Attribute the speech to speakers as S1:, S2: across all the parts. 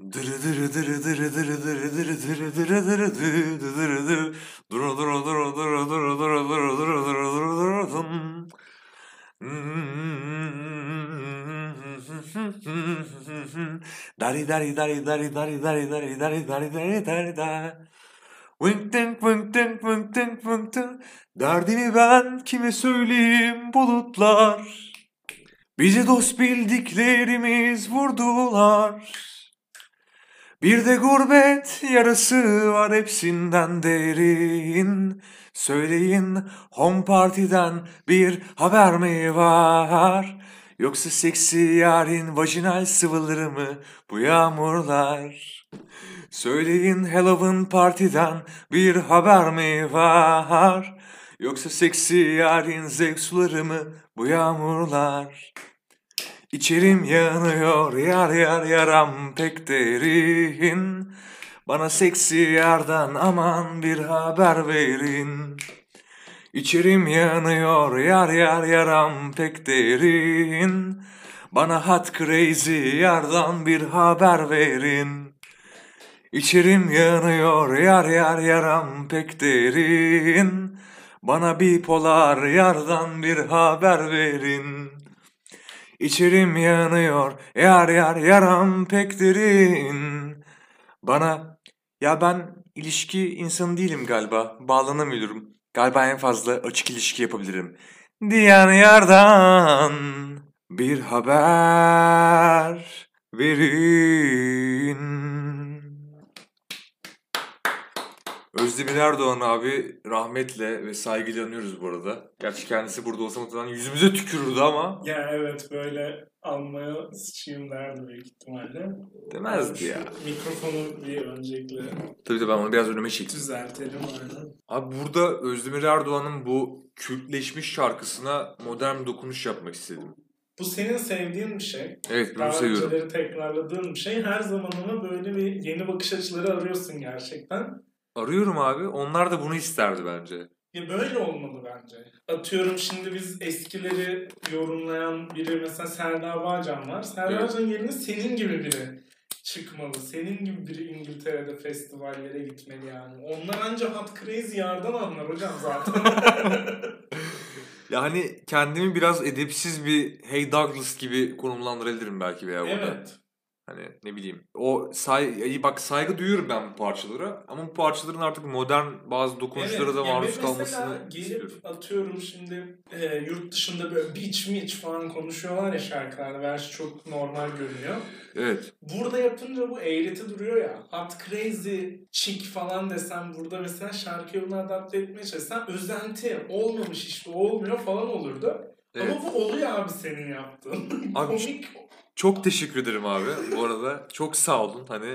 S1: Dari dari dari dari dari dari dari dari dari dari dari da. Vın tınk vın tınk vın tınk vın tınk. Derdimi ben kime söyleyeyim bulutlar. Bizi dost bildiklerimiz vurdular. Bir de gurbet yarası var hepsinden derin. Söyleyin Home Party'den bir haber mi var? Yoksa seksi yarın vajinal sıvıları mı bu yağmurlar? Söyleyin Halloween Party'den bir haber mi var? Yoksa seksi yarın zevk suları mı bu yağmurlar? İçerim yanıyor yar yar yaram pek derin. Bana seksi yardan aman bir haber verin. İçerim yanıyor yar yar yaram pek derin. Bana hot crazy yardan bir haber verin. İçerim yanıyor yar yar yaram pek derin. Bana bipolar yardan bir haber verin. İçerim yanıyor yar yar yaram pek derin. Bana ya ben ilişki insanı değilim galiba. Bağlanamıyorum. Galiba en fazla açık ilişki yapabilirim. Diyen yardan bir haber verin. Özdemir Erdoğan abi rahmetle ve saygıyla anıyoruz bu arada. Gerçi kendisi burada olsa muhtemelen yüzümüze tükürürdü ama.
S2: Ya evet böyle almaya sıçayım derdi büyük ihtimalle.
S1: Demezdi ya.
S2: Mikrofonu bir öncelikle
S1: Tabii ben onu biraz önüme çektim.
S2: düzeltelim aynen.
S1: Abi burada Özdemir Erdoğan'ın bu kültleşmiş şarkısına modern bir dokunuş yapmak istedim.
S2: Bu senin sevdiğin bir şey.
S1: Evet bunu seviyorum.
S2: Daha önceleri tekrarladığın bir şey. Her zaman ama böyle bir yeni bakış açıları arıyorsun gerçekten.
S1: Arıyorum abi. Onlar da bunu isterdi bence.
S2: Ya böyle olmalı bence. Atıyorum şimdi biz eskileri yorumlayan biri mesela Serdar Bağcan var. Serdar Bağcan yerine senin gibi biri çıkmalı. Senin gibi biri İngiltere'de festivallere gitmeli yani. Onlar ancak Hot Crazy yardan anlar hocam zaten.
S1: Yani kendimi biraz edepsiz bir Hey Douglas gibi konumlandırabilirim belki veya burada.
S2: Evet.
S1: Hani ne bileyim. O saygı duyuyorum ben bu parçalara. Ama bu parçaların artık modern bazı dokunuşlara da maruz kalmasını
S2: gelip atıyorum şimdi yurt dışında böyle beach falan konuşuyorlar ya şarkılarda. Belki çok normal görünüyor.
S1: Evet.
S2: Burada yapınca bu eğreti duruyor ya. Hot crazy chick falan desem burada mesela şarkıyı bunu adapte etmeye çalışsam özenti olmamış işte olmuyor falan olurdu. Evet. Ama bu oluyor abi senin yaptığın.
S1: Abi,
S2: komik.
S1: Çok teşekkür ederim abi bu arada. Çok sağ olun. Hani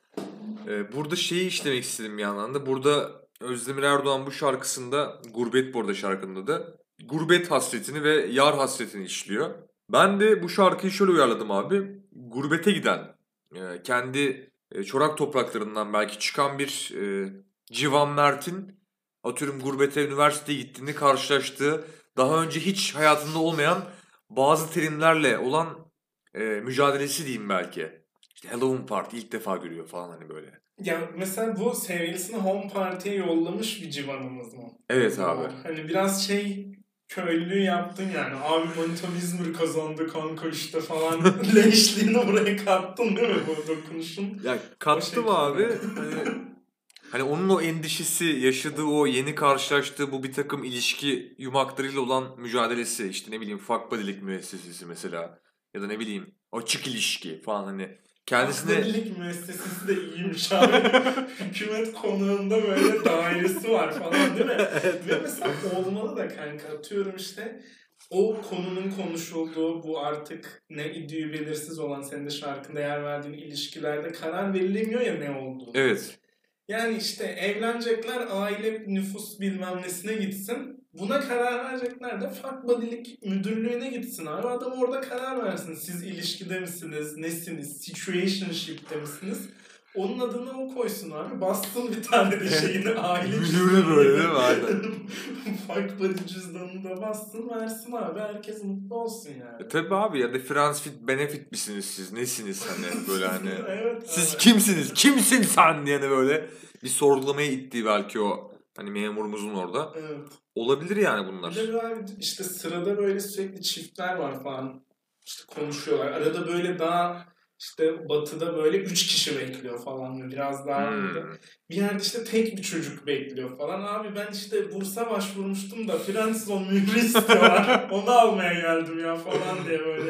S1: burada şeyi işlemek istedim bir yandan da. Burada Özdemir Erdoğan bu şarkısında Gurbet bu arada şarkında da gurbet hasretini ve yar hasretini işliyor. Ben de bu şarkıyı şöyle uyarladım abi. Gurbete giden, kendi çorak topraklarından belki çıkan bir Civan Mert'in atıyorum gurbete üniversiteye gittiğinde karşılaştığı daha önce hiç hayatında olmayan bazı terimlerle olan mücadelesi diyeyim belki. İşte Halloween Party ilk defa görüyor falan hani böyle.
S2: Ya mesela bu sevgilisini Home Party'ye yollamış bir civanımız mı?
S1: Evet abi.
S2: Hani biraz köylülüğü yaptın yani. Abi Manita İzmir kazandı kanka işte falan. Leşliğini buraya kattın değil mi bu dokunuşun?
S1: Ya kattım abi. Hani onun o endişesi, yaşadığı o yeni karşılaştığı bu bir takım ilişki yumaklarıyla olan mücadelesi. İşte ne bileyim fuck buddy'lik müessesesi mesela. Ya da ne bileyim açık ilişki falan hani. Kendisine...
S2: Fuck müessesesi de iyiymiş abi. Hükümet konağında böyle dairesi var falan değil mi? Ve mesela olmalı da kanka atıyorum işte o konunun konuşulduğu bu artık ne idüğü belirsiz olan senin de şarkında yer verdiğin ilişkilerde karar verilemiyor ya ne olduğunu.
S1: Evet.
S2: Yani işte evlenecekler aile nüfus bilmem nesine gitsin. Buna karar verecekler de fuck buddy'lik müdürlüğüne gitsin abi. Adam orada karar versin. Siz ilişkide misiniz? Nesiniz? Situationship'te misiniz? Onun adını o koysun abi. Bassın bir tane de şeyini aile
S1: Müdürü böyle değil mi? Aynen.
S2: Fuck buddy cüzdanını da bassın versin abi. Herkes mutlu olsun yani.
S1: Tabii abi ya da Friends fit benefit misiniz siz? Nesiniz hani böyle hani.
S2: Evet,
S1: Siz
S2: evet.
S1: kimsiniz? Kimsin sen diye böyle bir sorgulamaya ittiği belki o hani memurumuzun orada.
S2: Evet.
S1: Olabilir yani bunlar.
S2: Bir de böyle işte sırada böyle sürekli çiftler var falan. İşte konuşuyorlar. Arada böyle daha işte batıda böyle 3 kişi bekliyor falan. Biraz daha böyle. Bir yerde işte tek bir çocuk bekliyor falan. Abi ben işte bursa başvurmuştum da Fransızon mührü istiyorlar. Onu almaya geldim ya falan diye böyle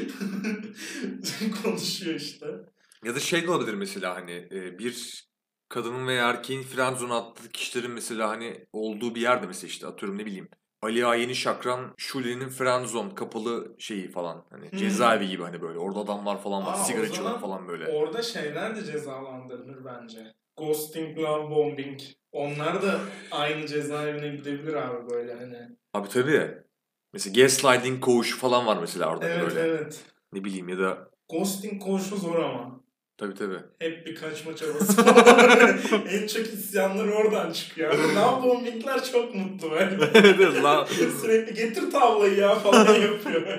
S2: konuşuyor işte.
S1: Ya da şey de olabilir mesela hani bir kadının veya erkeğin friendzone attığı kişilerin mesela hani olduğu bir yerde mesela işte atıyorum ne bileyim Ali Ayeni Şakran Şule'nin friendzone kapalı şeyi falan hani cezaevi gibi hani böyle orada adamlar falan var sigara içiyorlar falan böyle.
S2: Orada şeyler de cezalandırılır bence. Ghosting, love bombing. Onlar da aynı cezaevine gidebilir abi böyle hani.
S1: Abi tabii. Mesela gaslighting koğuşu falan var mesela orada
S2: Evet
S1: böyle.
S2: evet.
S1: Ne bileyim ya da
S2: Ghosting koşu zor ama.
S1: tabii.
S2: Hep bir kaçma çabası. En çok isyanlar oradan çıkıyor. Abi, love bombingler çok mutlu böyle.
S1: Evet lan.
S2: Sürekli getir tavlayı ya falan yapıyor.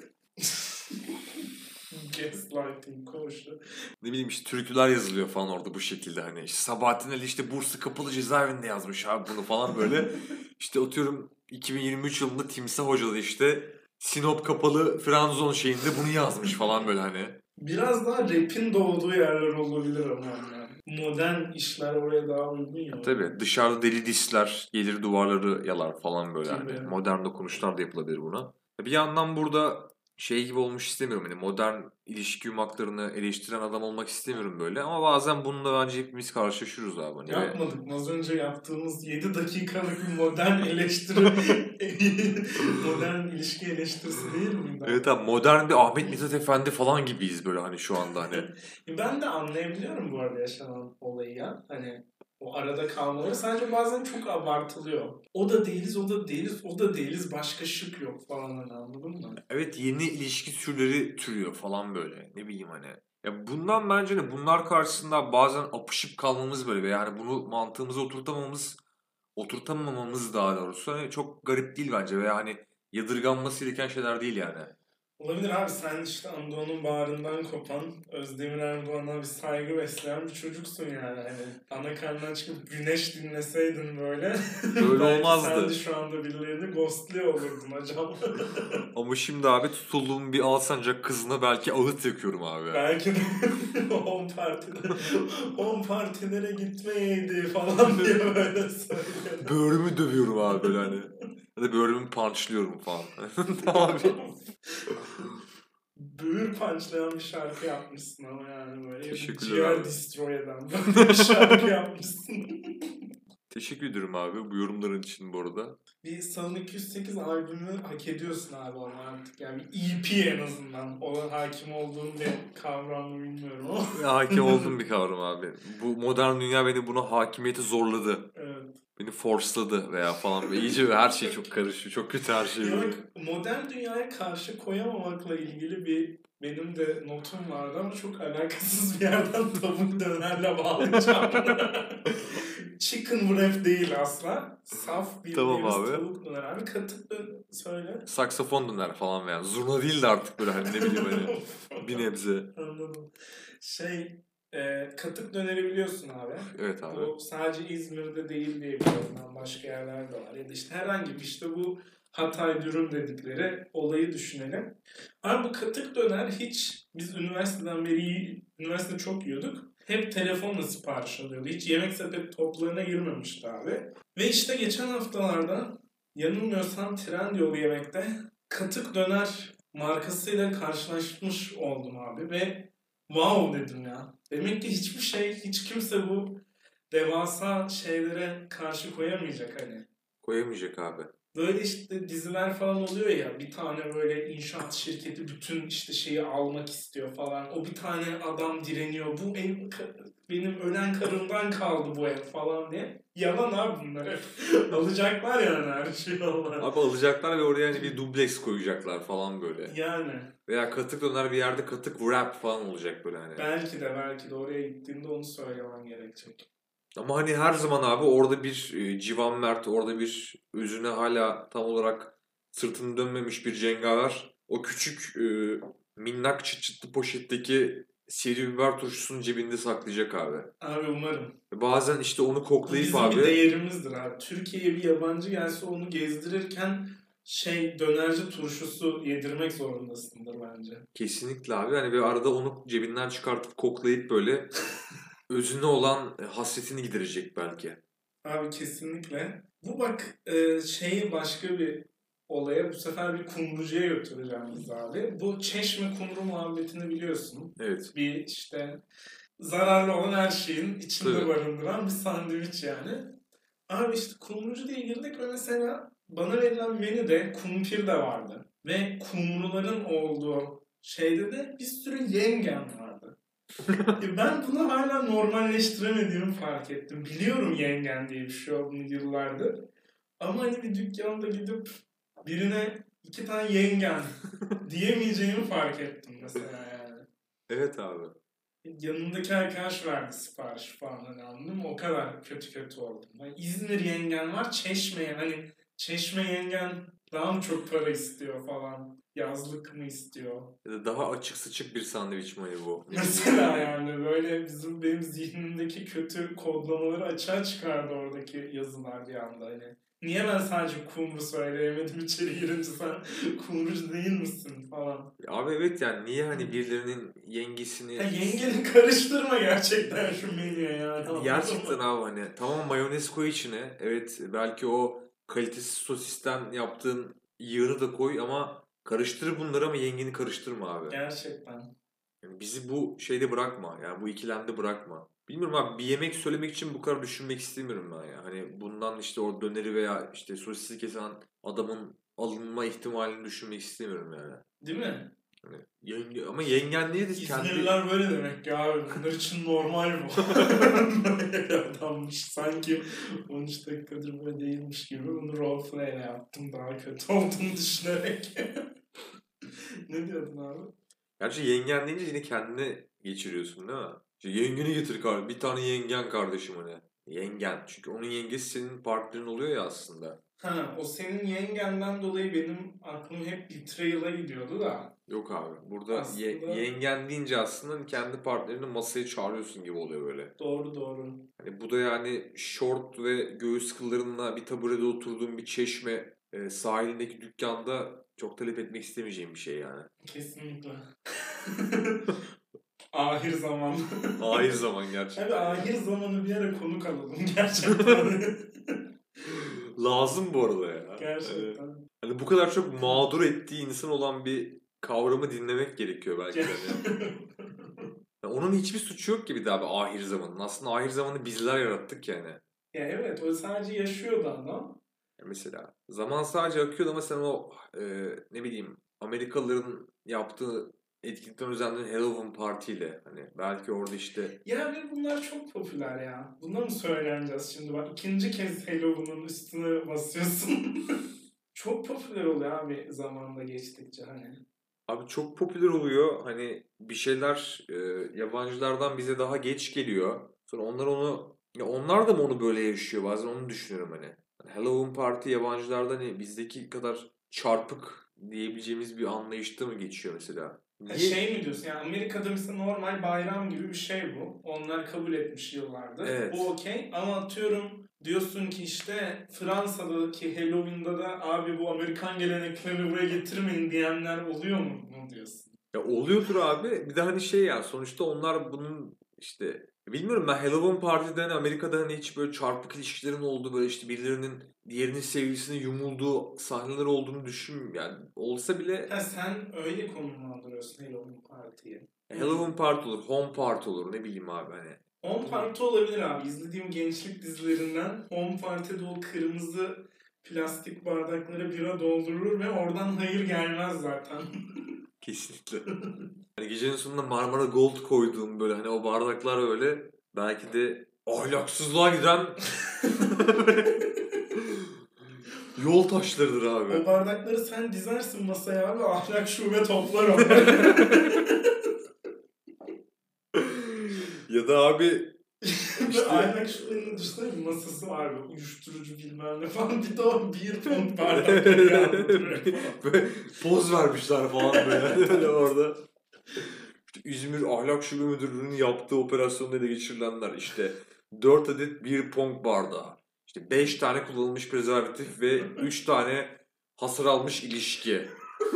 S2: Gaslighting koşu.
S1: Ne bileyim işte türküler yazılıyor falan orada bu şekilde hani. İşte Sabahattin Ali işte Bursa Kapalı Cezaevinde yazmış abi bunu falan böyle. İşte atıyorum 2023 yılında Timsah Hoca da işte Sinop Kapalı Friendzone şeyinde bunu yazmış falan böyle hani.
S2: Biraz daha rap'in doğduğu yerler olabilir ama onlar. Modern işler oraya daha uygun ya.
S1: Tabii dışarıda deli disler, gelir duvarları yalar falan böyle
S2: Gibi.
S1: hani. Modern dokunuşlar da yapılabilir buna. Bir yandan burada şey gibi olmuş istemiyorum hani modern ilişki yumaklarını eleştiren adam olmak istemiyorum böyle ama bazen bununla bence hepimiz karşılaşıyoruz abi. Hani
S2: Yapmadık mı? Az önce yaptığımız 7 dakikalık bir modern eleştiri, modern ilişki eleştirisi değil miydi?
S1: Evet abi modern bir Ahmet Mithat Efendi falan gibiyiz böyle hani şu anda hani.
S2: Ben de anlayabiliyorum bu arada yaşanan olayı ya. Hani o arada kalmaları sadece bazen çok abartılıyor. O da değiliz, o da değiliz, o da değiliz, başka şık yok falan hani anladın mı?
S1: Evet yeni ilişki türleri türüyor falan böyle ne bileyim hani. Ya bundan bence ne bunlar karşısında bazen apışıp kalmamız böyle ve yani bunu mantığımıza oturtamamamız daha doğrusu hani çok garip değil bence veya hani yadırganması gereken şeyler değil yani.
S2: Olabilir abi sen işte Anadolu'nun bağrından kopan Özdemir Erdoğan'a bir saygı besleyen bir çocuksun yani. Hani ana karnından çıkıp güneş dinleseydin böyle
S1: Böyle
S2: belki sen
S1: olmazdı.
S2: de şu anda birilerini ghostluyor olurdun hocam.
S1: Ama şimdi abi tutulduğum bir Alsancak kızına belki ağıt yakıyorum abi.
S2: Belki de home partilere gitmeyeydi falan diye böyle söylüyor.
S1: Böğrümü dövüyorum abi böyle hani. Ya da böğrümü punchlıyorum falan. Tamam abi.
S2: Böğür punchlayan bir şarkı yapmışsın ama yani böyle
S1: Teşekkürler
S2: ciğer
S1: abi.
S2: destroy eden böyle bir şarkı yapmışsın.
S1: Teşekkür ederim abi bu yorumların için bu arada.
S2: Bir Salon 208 albümü hak ediyorsun abi ama artık yani bir EP en azından. Ona hakim olduğum bir kavram mı bilmiyorum ama.
S1: Hakim oldum bir kavram abi. Bu modern dünya beni buna hakimiyete zorladı.
S2: Evet.
S1: Beni forsladı veya falan. Ve iyice her şey çok karışıyor. Çok kötü her şey böyle.
S2: Yok, modern dünyaya karşı koyamamakla ilgili bir benim de notum vardı ama çok alakasız bir yerden tavuk dönerle bağlayacağım. Chicken wrap değil asla. Saf
S1: Tamam
S2: bildiğimiz
S1: abi.
S2: tavuk döner. Abi katık söyle.
S1: Saksafon döner falan veya. Zurna değil de artık böyle hani ne bileyim hani. Bir nebze.
S2: Anladım. Katık döneri biliyorsun abi.
S1: Evet abi.
S2: Bu sadece İzmir'de değil diye biliyorum ben. Başka yerlerde var. Ya da işte herhangi bir işte bu Hatay dürüm dedikleri olayı düşünelim. Abi bu katık döner hiç biz üniversiteden beri üniversitede çok yiyorduk. Hep telefonla sipariş alıyordu. Hiç yemek sepet toplarına girmemişti abi. Ve işte geçen haftalarda yanılmıyorsam Trendyol yemekte katık döner markasıyla karşılaşmış oldum abi ve wow dedim ya. Demek ki hiçbir şey, hiç kimse bu devasa şeylere karşı koyamayacak hani.
S1: Koyamayacak abi.
S2: Böyle işte diziler falan oluyor ya bir tane böyle inşaat şirketi bütün işte şeyi almak istiyor falan. O bir tane adam direniyor. Bu ev benim ölen karımdan kaldı bu ev falan diye. Yalan abi bunlar hep. Alacaklar yani her şeyi onlar.
S1: Abi alacaklar ve oraya hani bir dubleks koyacaklar falan böyle.
S2: Yani.
S1: Veya katık döner bir yerde katık wrap falan olacak böyle hani.
S2: Belki de oraya gittiğinde onu söylemen gerekecek.
S1: Ama hani her zaman abi orada bir Civan Mert, orada bir özüne hala tam olarak sırtını dönmemiş bir cengaver. O küçük minnak çıt çıtlı poşetteki sivri biber turşusunun cebinde saklayacak abi.
S2: Abi umarım.
S1: Bazen işte onu
S2: Bu
S1: koklayıp
S2: bizim
S1: abi.
S2: bir değerimizdir abi. Türkiye'ye bir yabancı gelse onu gezdirirken dönerci turşusu yedirmek zorundasındır bence.
S1: Kesinlikle abi. Hani bir arada onu cebinden çıkartıp koklayıp böyle özüne olan hasretini giderecek belki.
S2: Abi kesinlikle. Bu bak başka bir olaya bu sefer bir kumrucuya götüreceğim biz abi. Bu çeşme kumru muhabbetini biliyorsun.
S1: Evet.
S2: Bir işte zararlı olan her şeyin içinde
S1: Tabii.
S2: barındıran bir sandviç yani. Abi işte kumrucu diye girdik ve mesela bana verilen menüde kumpir de vardı. Ve kumruların olduğu şeyde de bir sürü yengen vardı. Ben bunu hala normalleştiremediğimi fark ettim. Biliyorum yengen diye bir şey olduğunu yıllardır. Ama hani bir dükkanda gidip birine 2 tane yengen diyemeyeceğimi fark ettim mesela yani.
S1: Evet abi.
S2: Yanındaki arkadaş verdi sipariş falan hani anladın mı? O kadar kötü oldum. Hani İzmir yengen var, Çeşme hani Çeşme yengen daha mı çok para istiyor falan. Yazlık mı istiyor?
S1: Ya da daha açık sıçık bir sandviç mi hani bu?
S2: Mesela yani böyle benim zihnimdeki kötü kodlamaları açığa çıkardı oradaki yazılar bir anda hani. Niye ben sadece kumru söyleyemedim içeri girince sen kumrucu değil misin falan.
S1: Abi evet yani niye hani birilerinin yengesini...
S2: Ha, yengeni karıştırma gerçekten şu menüye yani.
S1: Yani gerçekten abi hani tamam mayonez koy içine. Evet belki o kalitesiz sosisten yaptığın yağını da koy ama karıştır bunları ama yengeni karıştırma abi.
S2: Gerçekten.
S1: Yani bizi bu şeyde bırakma. Yani bu ikilemde bırakma. Bilmiyorum abi bir yemek söylemek için bu kadar düşünmek istemiyorum ben ya. Hani bundan işte o döneri veya işte sosisi kesen adamın alınma ihtimalini düşünmek istemiyorum yani.
S2: Değil mi?
S1: Hani ama yengenliği de kendi...
S2: İzmirliler böyle demek ya abi. Bunlar için normal bu. Böyle bir adammış. Sanki 13 dakikadır böyle değilmiş gibi bunu roleplay ile yaptım. Daha kötü olduğunu düşünerek. Ne diyordun abi?
S1: Gerçi yengen deyince yine kendine geçiriyorsun değil mi? İşte yengeni getir kardeşim. Bir tane yengen kardeşim hani. Yengen. Çünkü onun yengesi senin partnerin oluyor ya aslında.
S2: Ha, o senin yengenden dolayı benim aklım hep Betrayal'a gidiyordu da.
S1: Yok abi. Burada
S2: Aslında
S1: yengen deyince aslında kendi partnerini masaya çağırıyorsun gibi oluyor böyle.
S2: doğru.
S1: Hani bu da yani şort ve göğüs kıllarınla bir taburede oturduğun bir çeşme sahilindeki dükkanda çok talep etmek istemeyeceğim bir şey yani.
S2: Kesinlikle. Ahir zaman.
S1: Ahir zaman gerçekten.
S2: Abi ahir zamanı bir ara konuk alalım gerçekten.
S1: Lazım bu arada ya.
S2: Gerçekten.
S1: Hani bu kadar çok mağdur ettiği insan olan bir kavramı dinlemek gerekiyor belki de. Yani onun hiçbir suçu yok gibi abi ahir zamanın. Aslında ahir zamanı bizler yarattık yani.
S2: Ya evet o sadece yaşıyordu adam.
S1: Mesela zaman sadece akıyordu ama sen o ne bileyim Amerikalıların yaptığı etkinlikten özendiğin Halloween partiyle hani belki orada işte
S2: Yani bunlar çok popüler ya. Buna mı söyleneceğiz şimdi bak ikinci kez Halloween'ın üstüne basıyorsun. Çok popüler oluyor abi zamanda geçtikçe hani.
S1: abi çok popüler oluyor. Hani bir şeyler yabancılardan bize daha geç geliyor. Sonra onlar onu ya onlar da mı onu böyle yaşıyor? Bazen onu düşünüyorum hani. Hani Halloween Party yabancılarda hani bizdeki kadar çarpık diyebileceğimiz bir anlayışta mı geçiyor mesela?
S2: Ha,
S1: Niye?
S2: mi diyorsun yani Amerika'da mesela normal bayram gibi bir şey bu. Onlar kabul etmiş yıllardır.
S1: Evet.
S2: Bu okey ama atıyorum diyorsun ki işte Fransa'daki Halloween'da da abi bu Amerikan geleneklerini buraya getirmeyin diyenler oluyor mu diyorsun?
S1: Ya oluyordur abi. Bir de hani şey ya sonuçta onlar bunun işte bilmiyorum ben Halloween Party'den Amerika'da hani hiç böyle çarpık ilişkilerin olduğu böyle işte birilerinin diğerinin sevgilisine yumulduğu sahneler olduğunu düşünmüyorum. Yani olsa bile
S2: Ha sen öyle konumlandırıyorsun Halloween Party'yi.
S1: Halloween Party olur, Home Party olur ne bileyim abi hani.
S2: Home Party olabilir abi. İzlediğim gençlik dizilerinden Home Party'de o kırmızı plastik bardaklara bira doldurulur ve oradan hayır gelmez zaten.
S1: Kesinlikle. Hani gecenin sonunda Marmara Gold koyduğum böyle hani o bardaklar öyle belki de ahlaksızlığa giden Yol taşlarıdır
S2: O
S1: abi.
S2: bardakları sen dizersin masaya abi, ahlak şube toplar onları.
S1: Ya da abi
S2: Ve ahlak şubenin dışında bir masası var, böyle uyuşturucu bilmem ne falan. Bir de o bir pont bardakları yandırıyor falan.
S1: böyle poz vermişler falan böyle, böyle orada. İşte İzmir Ahlak Şube Müdürlüğü'nün yaptığı operasyonda ele geçirilenler işte 4 adet bir pong bardağı, işte 5 tane kullanılmış prezervatif ve 3 tane hasar almış ilişki.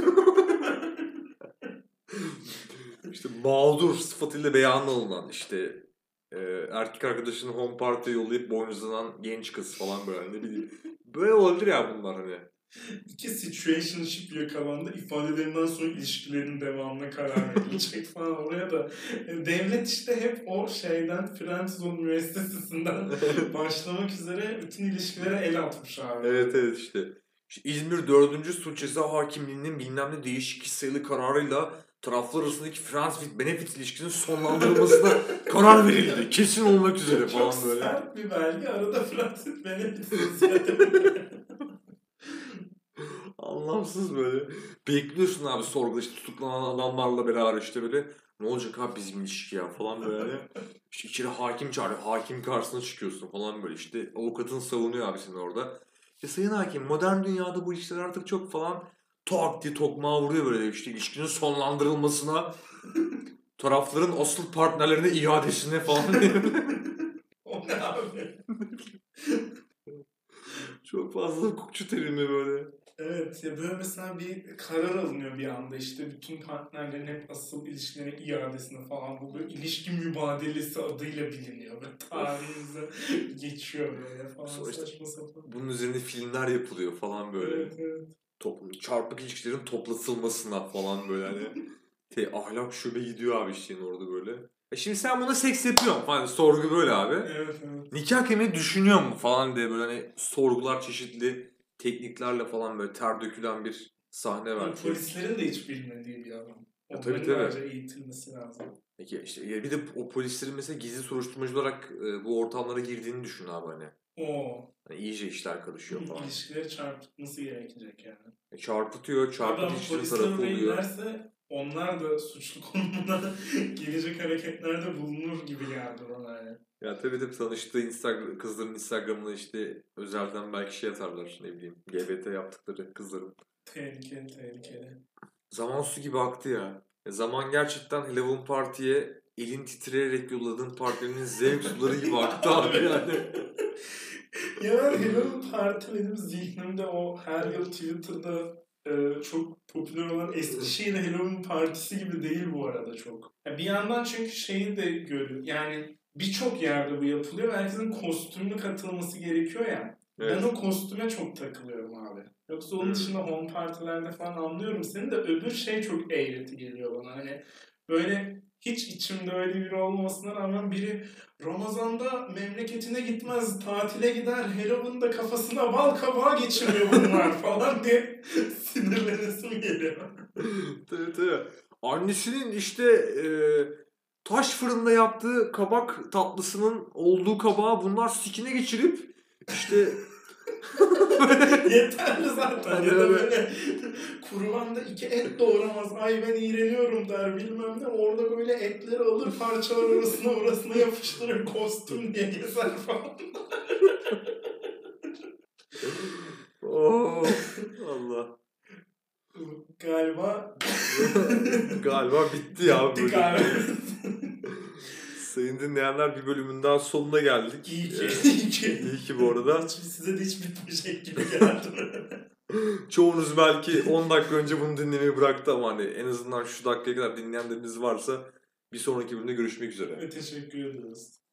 S1: İşte mağdur sıfatıyla beyan alınan işte erkek arkadaşını home party'ye yollayıp boynuzlanan genç kız falan böyle, ne bileyim. Böyle olabilir ya bunlar hani.
S2: İki situationship yakalandı. İfadelerinden sonra ilişkilerin devamına karar verilecek falan. Oraya da devlet işte hep o şeyden, Friendzone müessesesinden başlamak üzere bütün ilişkilere el atmış abi.
S1: Evet evet işte. İşte İzmir 4. Suç Ceza Hakimliği'nin bilmem ne değişik sayılı kararıyla taraflar arasındaki friends with benefits ilişkisinin sonlandırılmasına karar verildi. Kesin olmak üzere falan
S2: Çok
S1: böyle.
S2: sert bir belge. Arada Friends with benefits.
S1: Anlamsız böyle. Bekliyorsun abi sorguda işte tutuklanan adamlarla beraber işte böyle. Ne olacak abi bizim ilişki ya falan böyle. İşte içeri hakim çağırıyor. Hakim karşısına çıkıyorsun falan böyle. İşte avukatın savunuyor abi seni orada. İşte sayın hakim, modern dünyada bu işler artık çok falan tak diye tokmağa vuruyor böyle işte ilişkinin sonlandırılmasına, tarafların asıl partnerlerine iadesine falan.
S2: O ne abi?
S1: Çok fazla hukukçu terimi böyle.
S2: Evet ya, böyle mesela bir karar alınıyor bir anda, işte bütün partnerlerin hep asıl ilişkilerine iadesine falan, bu böyle ilişki mübadelesi adıyla biliniyor ve tarihimize geçiyor böyle falan,
S1: Sonra işte
S2: saçma sapan.
S1: bunun üzerine filmler yapılıyor falan böyle.
S2: Evet evet.
S1: Çarpık ilişkilerin toplatılmasına falan böyle hani ahlak şube gidiyor abi işte orada böyle. Şimdi sen buna seks yapıyorsun falan, sorgu böyle abi.
S2: Evet evet.
S1: Nikah kıymayı düşünüyor mu falan diye böyle hani sorgular, çeşitli tekniklerle falan böyle ter dökülen bir sahne var.
S2: Yani polislerin de hiç bilmediği bir alan.
S1: Ya tabii
S2: Onların
S1: tabii.
S2: bence eğitilmesi lazım.
S1: Peki işte ya bir de o polislerin mesela gizli soruşturmacı olarak bu ortamlara girdiğini düşün abi hani.
S2: Oo.
S1: Hani iyice işler karışıyor falan.
S2: İlişkileri çarpıtması gerekecek yani.
S1: Çarpıtıyor,
S2: Abi
S1: çarpıtı
S2: ama
S1: işçinin
S2: polisler
S1: tarafı
S2: oraya
S1: oluyor.
S2: giderse onlar da suçlu konumuna gelecek hareketlerde bulunur gibi geldi bana yani.
S1: Ya tabii tabii tanıştığı kızların Instagram'ına işte özelden belki şey atarlar, ne bileyim GBT yaptıkları kızların.
S2: Tehlikeli tehlikeli.
S1: Zaman su gibi aktı ya. Zaman gerçekten Halloween Party'ye elin titreyerek yolladığın partnerinin zevk suları gibi aktı abi yani.
S2: Ya ben Halloween Party benim zihnimde o her yıl Twitter'da çok popüler olan Eskişehir Halloween Partisi gibi değil bu arada çok. Ya bir yandan çünkü şeyi de görüyorum. Yani birçok yerde bu yapılıyor ve herkesin kostümlü katılması gerekiyor ya. Ben
S1: Evet.
S2: o kostüme çok takılıyorum abi. Yoksa onun dışında home partilerde falan anlıyorum seni de, öbür şey çok eğreti geliyor bana. Hani böyle hiç içimde öyle biri olmasına rağmen biri Ramazan'da memleketine gitmez, tatile gider, Halloween'da kafasına bal kabağı geçiriyor bunlar falan diye sinirlenesim geliyor.
S1: Tabii tabii. Annesinin işte taş fırında yaptığı kabak tatlısının olduğu kabağı bunlar sikine geçirip işte
S2: Yeterli zaten.
S1: Hani
S2: Ya da
S1: öyle.
S2: böyle kurbanda 2 et doğramaz, ay ben iğreniyorum der bilmem ne. Orada böyle etleri alır, parçalar orasına yapıştırır, kostüm diye gezer falan.
S1: Oh, Allah.
S2: Galiba
S1: Galiba bitti ya
S2: bitti
S1: bölüm.
S2: galiba.
S1: Sayın dinleyenler, bir bölümün daha sonuna geldik.
S2: İyi ki, iyi ki.
S1: İyi ki bu arada.
S2: Size de hiç bitmeyecek gibi geldi.
S1: Çoğunuz belki 10 dakika önce bunu dinlemeyi bıraktı ama hani en azından şu dakikaya kadar dinleyenleriniz varsa bir sonraki bölümde görüşmek üzere.
S2: Teşekkür ederiz.